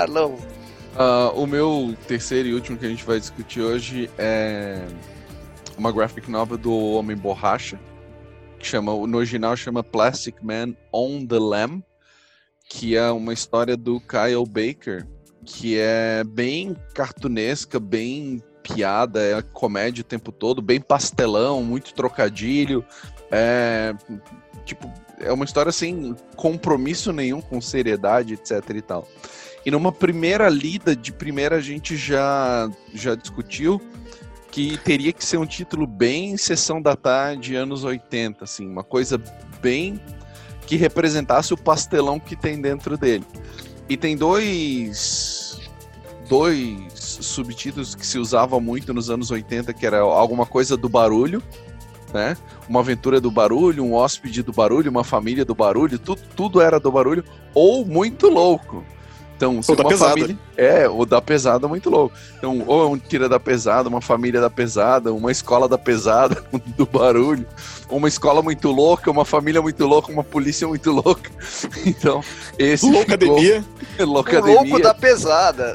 Carlão. O meu terceiro e último que a gente vai discutir hoje é uma graphic novel do Homem Borracha, que no original chama Plastic Man on the Lam, que é uma história do Kyle Baker, que é bem cartunesca, bem piada, é comédia o tempo todo, bem pastelão, muito trocadilho, é uma história sem compromisso nenhum com seriedade, etc e tal. E numa primeira lida, a gente já discutiu que teria que ser um título bem Sessão da Tarde, anos 80, assim, uma coisa bem que representasse o pastelão que tem dentro dele. E tem dois subtítulos que se usavam muito nos anos 80, que era alguma coisa do barulho, né? Uma aventura do barulho, um hóspede do barulho, uma família do barulho, tudo era do barulho, ou muito louco. Então, se ou da uma pesada. família... ou da pesada, muito louco. Então, ou é um tira da pesada, uma família da pesada, uma escola da pesada, do barulho, uma escola muito louca, uma família muito louca, uma polícia muito louca. Então, esse Loucademia. Loucademia. O louco da pesada.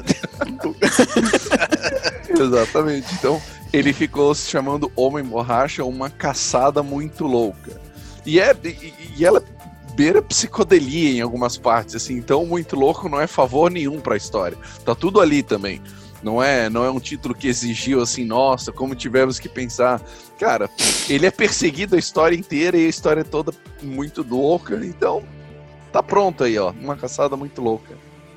Exatamente. Então, ele ficou se chamando Homem Borracha, uma caçada muito louca. E ela beira psicodelia em algumas partes, assim, então muito louco não é favor nenhum pra história. Tá tudo ali também. Não é um título que exigiu assim, nossa, como tivemos que pensar. Cara, ele é perseguido a história inteira e a história é toda muito louca, então tá pronto aí, ó, uma caçada muito louca.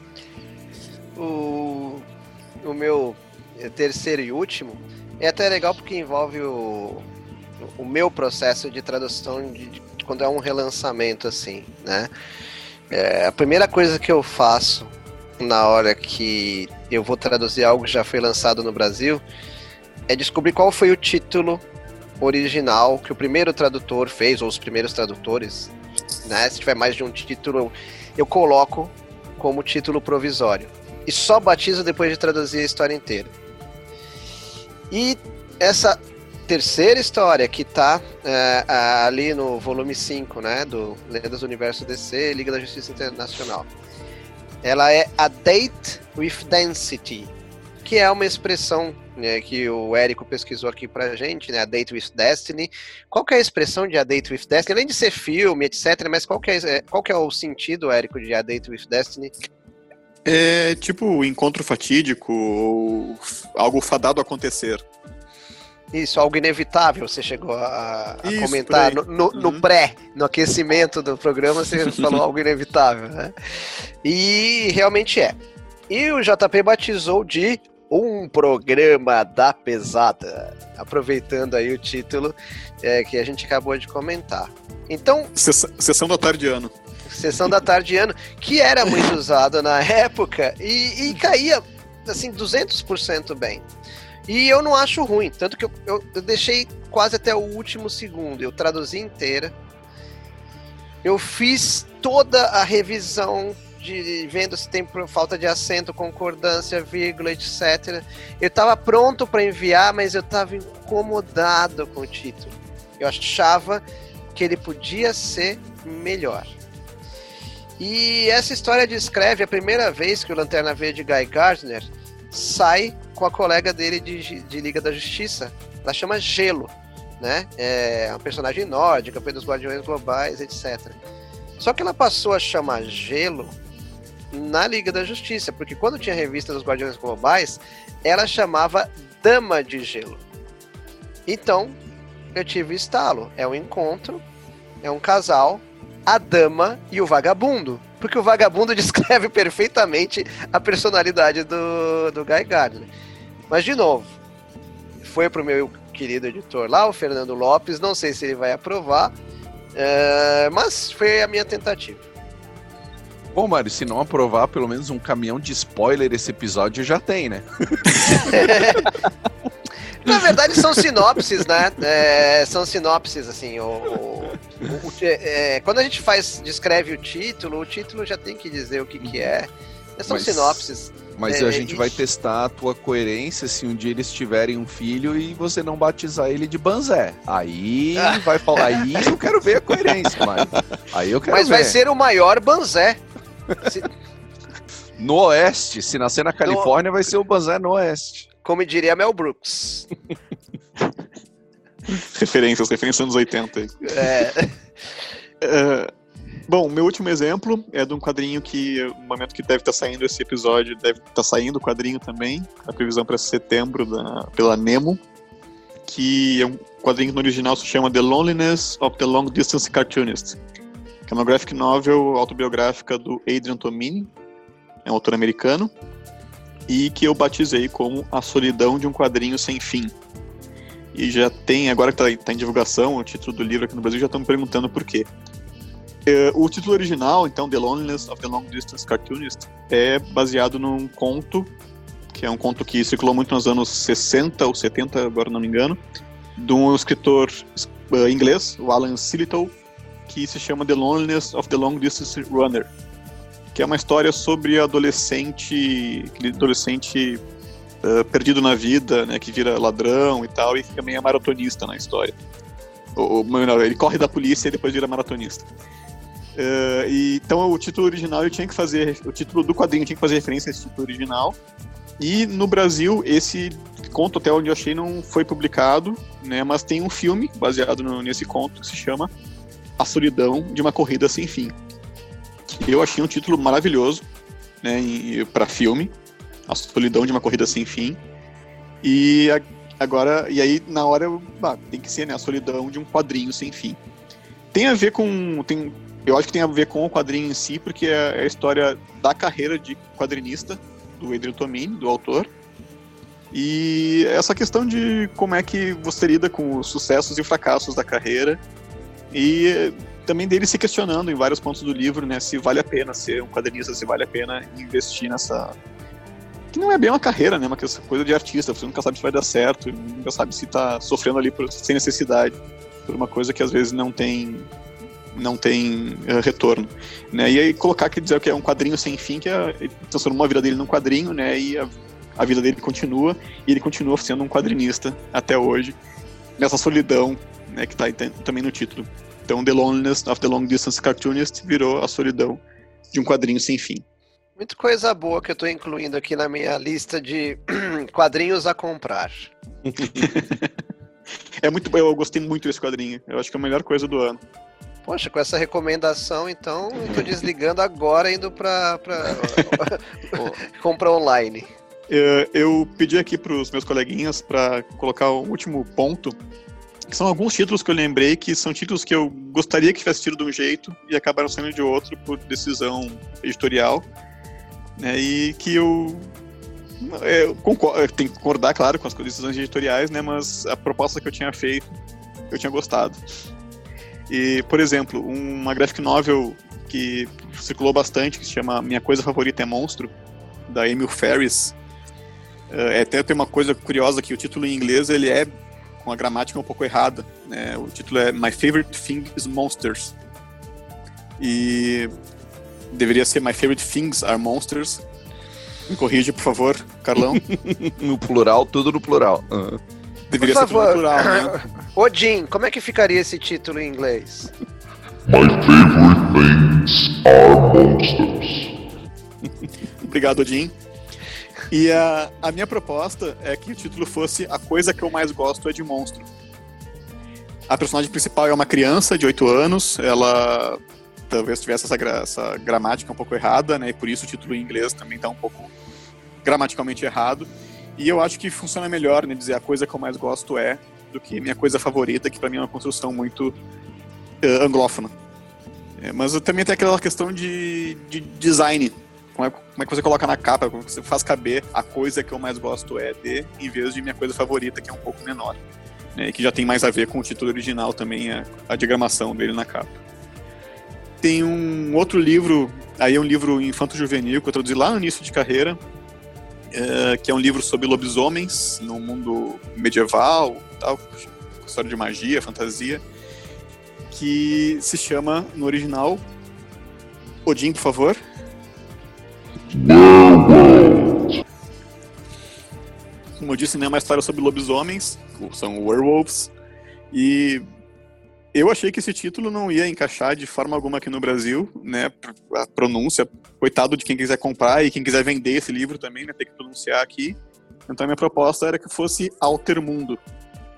O meu terceiro e último é até legal porque envolve o meu processo de tradução de quando é um relançamento, assim, né? A primeira coisa que eu faço na hora que eu vou traduzir algo que já foi lançado no Brasil é descobrir qual foi o título original que o primeiro tradutor fez, ou os primeiros tradutores, né? Se tiver mais de um título, eu coloco como título provisório. E só batizo depois de traduzir a história inteira. E essa terceira história que tá ali no volume 5, né, do Lendas do Universo DC, Liga da Justiça Internacional. Ela é A Date with Density, que é uma expressão, né, que o Érico pesquisou aqui pra gente, né, A Date with Destiny. Qual que é a expressão de A Date with Destiny? Além de ser filme, etc., mas qual que é o sentido, Érico, de A Date with Destiny? É tipo encontro fatídico ou algo fadado a acontecer. Isso, algo inevitável, você chegou a Isso, comentar no aquecimento do programa, você falou algo inevitável, né? E realmente é. E o JP batizou de Um Programa da Pesada, aproveitando aí o título que a gente acabou de comentar. Então... Sessão da Tardiano. Sessão da Tardiano, que era muito usado na época e caía, assim, 200% bem. E eu não acho ruim, tanto que eu deixei quase até o último segundo. Eu traduzi inteira. Eu fiz toda a revisão, vendo se tem falta de acento, concordância, vírgula, etc. Eu estava pronto para enviar, mas eu estava incomodado com o título. Eu achava que ele podia ser melhor. E essa história descreve a primeira vez que o Lanterna Verde Guy Gardner sai com a colega dele de Liga da Justiça. Ela chama Gelo, né? É uma personagem nórdica, foi dos Guardiões Globais, etc. Só que ela passou a chamar Gelo na Liga da Justiça, porque quando tinha revista dos Guardiões Globais, ela chamava Dama de Gelo. Então, eu tive estalo. É um encontro, é um casal, a dama e o vagabundo. Porque o vagabundo descreve perfeitamente a personalidade do Guy Gardner. Mas, de novo, foi pro meu querido editor lá, o Fernando Lopes, não sei se ele vai aprovar, mas foi a minha tentativa. Bom, Mário, se não aprovar, pelo menos um caminhão de spoiler esse episódio já tem, né? Na verdade, são sinopses, né? São sinopses, assim. Quando a gente descreve o título já tem que dizer o que é. São sinopses. Mas a gente vai testar a tua coerência se um dia eles tiverem um filho e você não batizar ele de Banzé. Aí vai falar, aí eu quero ver a coerência, Mário. Aí eu quero ver. Mas vai ser o maior Banzé. No Oeste, se nascer na Califórnia, vai ser o Banzé no Oeste. Como diria Mel Brooks. Referências anos 80. Bom, meu último exemplo é de um quadrinho que, no momento que deve estar saindo esse episódio, deve estar saindo o quadrinho também, a previsão para setembro pela Nemo, que é um quadrinho que no original se chama The Loneliness of the Long Distance Cartoonist, que é uma graphic novel autobiográfica do Adrian Tomine, é um autor americano, e que eu batizei como A Solidão de um Quadrinho Sem Fim. E já tem, agora que está em divulgação o título do livro aqui no Brasil, já estão me perguntando por quê. O título original, então, The Loneliness of the Long Distance Cartoonist, é baseado num conto, que é um conto que circulou muito nos anos 60 ou 70, agora não me engano, de um escritor inglês, o Alan Sillitoe, que se chama The Loneliness of the Long Distance Runner, que é uma história sobre adolescente perdido na vida, né, que vira ladrão e tal, e que também é maratonista na história. Ele corre da polícia e depois vira maratonista. Então o título original o título do quadrinho tinha que fazer referência a esse título original, e no Brasil esse conto, até onde eu achei, não foi publicado, né, mas tem um filme baseado nesse conto que se chama A Solidão de uma Corrida Sem Fim, que eu achei um título maravilhoso, né, para filme, A Solidão de uma Corrida Sem Fim. E aí na hora tem que ser, né, a solidão de um quadrinho sem fim. Tem a ver com eu acho que tem a ver com o quadrinho em si, porque é a história da carreira de quadrinista do Adrian Tomine, do autor, e essa questão de como é que você lida com os sucessos e fracassos da carreira, e também dele se questionando em vários pontos do livro, né, se vale a pena ser um quadrinista, se vale a pena investir nessa, que não é bem uma carreira, né, uma coisa de artista, você nunca sabe se vai dar certo, nunca sabe se tá sofrendo ali sem necessidade, por uma coisa que às vezes não tem retorno, né, e aí quer dizer que é um quadrinho sem fim, que transformou a vida dele num quadrinho, né, e a vida dele continua, e ele continua sendo um quadrinista até hoje, nessa solidão, né, que tá também no título. Então, The Loneliness of the Long Distance Cartoonist virou a solidão de um quadrinho sem fim. Muita coisa boa que eu tô incluindo aqui na minha lista de quadrinhos a comprar. Eu gostei muito desse quadrinho. Eu acho que é a melhor coisa do ano. Poxa, com essa recomendação, então, eu tô desligando agora, indo pra comprar online. Eu pedi aqui pros meus coleguinhas para colocar o último ponto, que são alguns títulos que eu lembrei que são títulos que eu gostaria que tivesse tido de um jeito e acabaram sendo de outro por decisão editorial, né, e que eu tenho que concordar, claro, com as decisões editoriais, né, mas a proposta que eu tinha feito, eu tinha gostado. E, por exemplo, uma graphic novel que circulou bastante, que se chama Minha Coisa Favorita é Monstro, da Emil Ferris. Até tem uma coisa curiosa, que o título em inglês ele é com a gramática um pouco errada, né? O título é My Favorite Thing is Monsters, e deveria ser My Favorite Things are Monsters. Me corrige, por favor, Carlão. No plural, tudo no plural. Deveria ser tudo no plural, né? Odin, como é que ficaria esse título em inglês? My favorite things are monsters. Obrigado, Odin. E a minha proposta é que o título fosse A Coisa que eu Mais Gosto é de Monstro. A personagem principal é uma criança de 8 anos, ela talvez tivesse essa gramática um pouco errada, né, e por isso o título em inglês também está um pouco gramaticalmente errado, e eu acho que funciona melhor, né, dizer A Coisa que eu Mais Gosto é, do que Minha Coisa Favorita, que para mim é uma construção muito anglófona. Mas também tem aquela questão de design. Como é que você coloca na capa, como você faz caber A Coisa que eu Mais Gosto é de, em vez de Minha Coisa Favorita, que é um pouco menor, né, e que já tem mais a ver com o título original também, a diagramação dele na capa. Tem um outro livro, aí é um livro infanto-juvenil, que eu traduzi lá no início de carreira, que é um livro sobre lobisomens no mundo medieval, tal, com história de magia, fantasia, que se chama, no original, Odin, por favor. Como eu disse, né, é uma história sobre lobisomens, são werewolves, e eu achei que esse título não ia encaixar de forma alguma aqui no Brasil, né, a pronúncia, coitado de quem quiser comprar e quem quiser vender esse livro também, né, ter que pronunciar aqui. Então a minha proposta era que fosse Altermundo.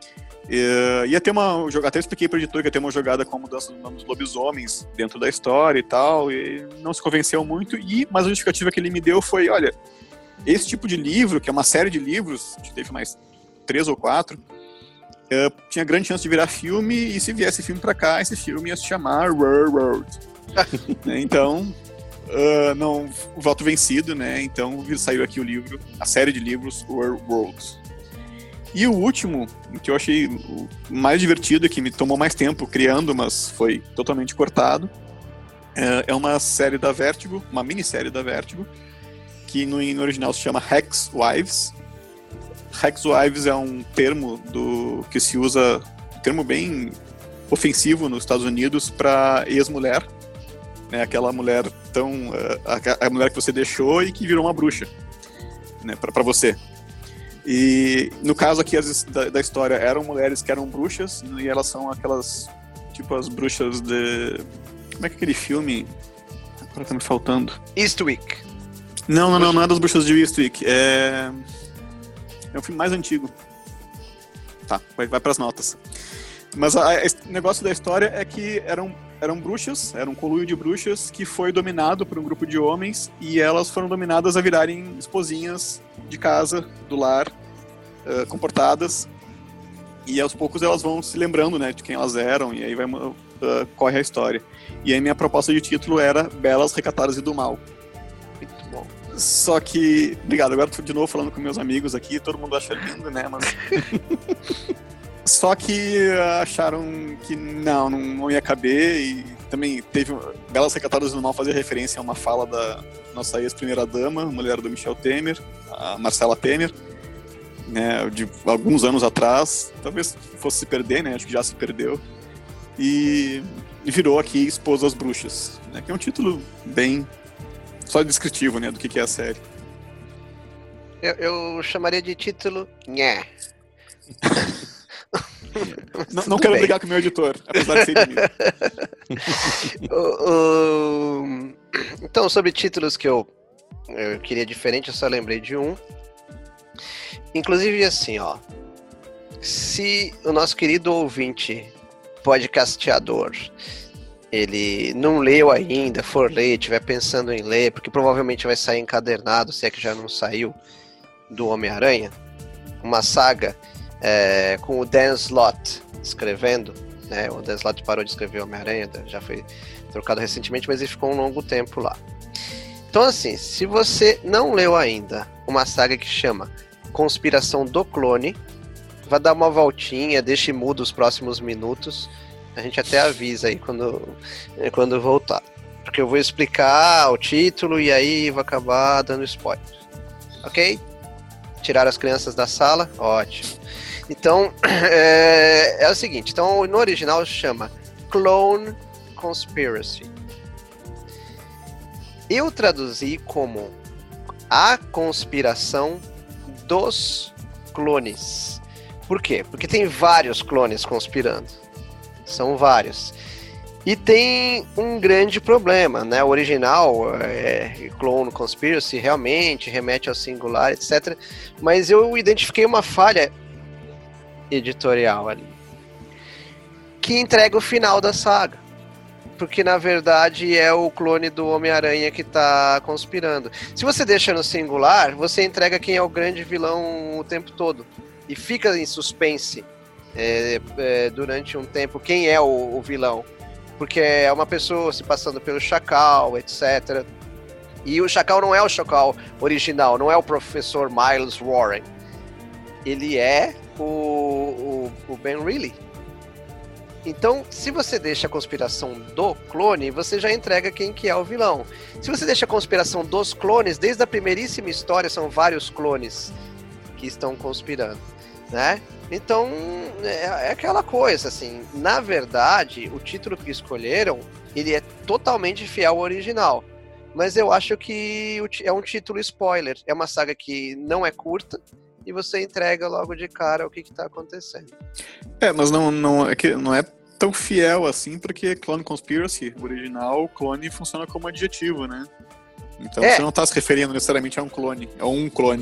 Ia ter uma... Até expliquei pro editor que ia ter uma jogada com a mudança do nome dos lobisomens dentro da história e tal, e não se convenceu muito, mas a justificativa que ele me deu foi, olha, esse tipo de livro, que é uma série de livros, a gente teve mais 3 ou 4, tinha grande chance de virar filme, e se viesse filme pra cá, esse filme ia se chamar World. Então, não, o voto vencido, né? Então saiu aqui o livro, a série de livros World. E o último, que eu achei o mais divertido, que me tomou mais tempo criando, mas foi totalmente cortado, é uma série da Vertigo, uma minissérie da Vertigo, que no original se chama Hexwives. Hexwives é um termo que se usa, um termo bem ofensivo nos Estados Unidos para ex-mulher, né? Aquela mulher a mulher que você deixou e que virou uma bruxa, né? Para você. E no caso aqui da história eram mulheres que eram bruxas, e elas são aquelas, tipo as bruxas de... Como é que é aquele filme? Agora tá me faltando. Eastwick. Não é das bruxas de Eastwick. É um filme mais antigo. Tá, vai pras notas. Mas o negócio da história é que eram bruxas, era um conluio de bruxas que foi dominado por um grupo de homens, e elas foram dominadas a virarem esposinhas de casa, do lar, comportadas, e aos poucos elas vão se lembrando, né, de quem elas eram, e aí corre a história. E aí minha proposta de título era Belas, Recatadas e do Mal. Muito bom. Só que, obrigado, agora tô de novo falando com meus amigos aqui, todo mundo acha lindo, né, mas... Só que acharam que não ia caber, e também teve Belas Recatadas do Mal, fazer referência a uma fala da nossa ex-primeira-dama, mulher do Michel Temer, a Marcela Temer, né, de alguns anos atrás, talvez fosse se perder, né, acho que já se perdeu, e virou aqui Esposa das Bruxas, né, que é um título bem só descritivo, né, do que é a série. Eu chamaria de título Nhé. Não quero brigar com o meu editor, apesar de ser inimigo. Então, sobre títulos que eu queria diferente, eu só lembrei de um. Inclusive, assim, ó. Se o nosso querido ouvinte podcasteador, ele não leu ainda, for ler, estiver pensando em ler, porque provavelmente vai sair encadernado, se é que já não saiu, do Homem-Aranha, uma saga com o Dan Slott escrevendo, né? O Dan Slott parou de escrever Homem-Aranha, já foi trocado recentemente, mas ele ficou um longo tempo lá. Então, assim, se você não leu ainda uma saga que chama Conspiração do Clone, vai dar uma voltinha, deixe mudo os próximos minutos, a gente até avisa aí quando voltar, porque eu vou explicar o título e aí vou acabar dando spoiler, ok? Tirar as crianças da sala? Ótimo. Então, é o seguinte, então no original chama Clone Conspiracy. Eu traduzi como A Conspiração dos Clones. Por quê? Porque tem vários clones conspirando. São vários. E tem um grande problema, né? O original, Clone Conspiracy, realmente remete ao singular, etc. Mas eu identifiquei uma falha editorial ali, que entrega o final da saga, porque na verdade é o clone do Homem-Aranha que está conspirando. Se você deixa no singular, você entrega quem é o grande vilão o tempo todo, e fica em suspense durante um tempo quem é o vilão, porque é uma pessoa se passando pelo Chacal, etc. E o Chacal não é o Chacal original, não é o professor Miles Warren, ele é o Ben Reilly. Então, se você deixa a conspiração do clone, você já entrega quem que é o vilão. Se você deixa a conspiração dos clones, desde a primeiríssima história são vários clones que estão conspirando, né? Então, é aquela coisa, assim, na verdade, o título que escolheram, ele é totalmente fiel ao original, mas eu acho que é um título spoiler, é uma saga que não é curta, e você entrega logo de cara o que está acontecendo. Mas não é tão fiel assim, porque Clone Conspiracy, o original, clone funciona como adjetivo, né? Então você não está se referindo necessariamente a um clone,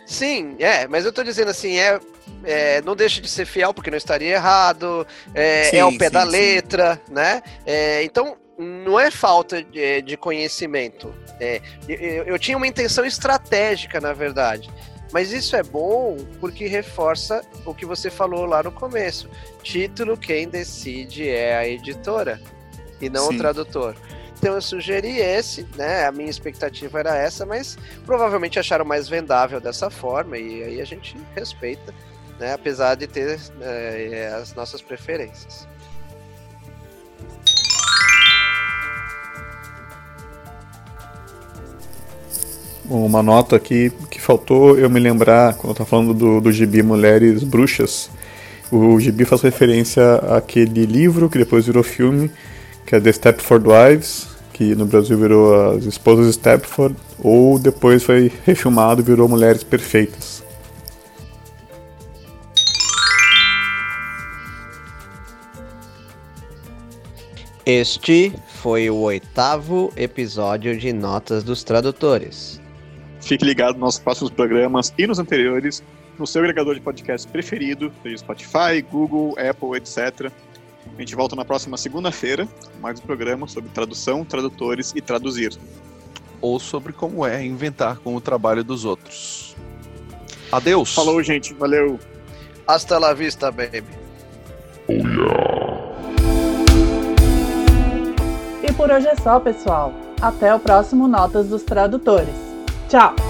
Sim, mas eu tô dizendo assim, não deixa de ser fiel porque não estaria errado, é ao pé da letra, né? Então, não é falta de conhecimento. Eu tinha uma intenção estratégica, na verdade. Mas isso é bom porque reforça o que você falou lá no começo. Título, quem decide é a editora e não o tradutor. Então eu sugeri esse, né? A minha expectativa era essa, mas provavelmente acharam mais vendável dessa forma e aí a gente respeita, né? Apesar de ter as nossas preferências. Uma nota aqui que faltou eu me lembrar quando eu estava falando do gibi Mulheres Bruxas. O gibi faz referência àquele livro que depois virou filme, que é The Stepford Wives, que no Brasil virou As Esposas Stepford, ou depois foi refilmado e virou Mulheres Perfeitas. Este foi o 8º episódio de Notas dos Tradutores. Fique ligado nos nossos próximos programas e nos anteriores, no seu agregador de podcast preferido, seja Spotify, Google, Apple, etc. A gente volta na próxima segunda-feira com mais um programa sobre tradução, tradutores e traduzir. Ou sobre como é inventar com o trabalho dos outros. Adeus! Falou, gente. Valeu! Hasta la vista, baby! Oh yeah! E por hoje é só, pessoal. Até o próximo Notas dos Tradutores. Tchau!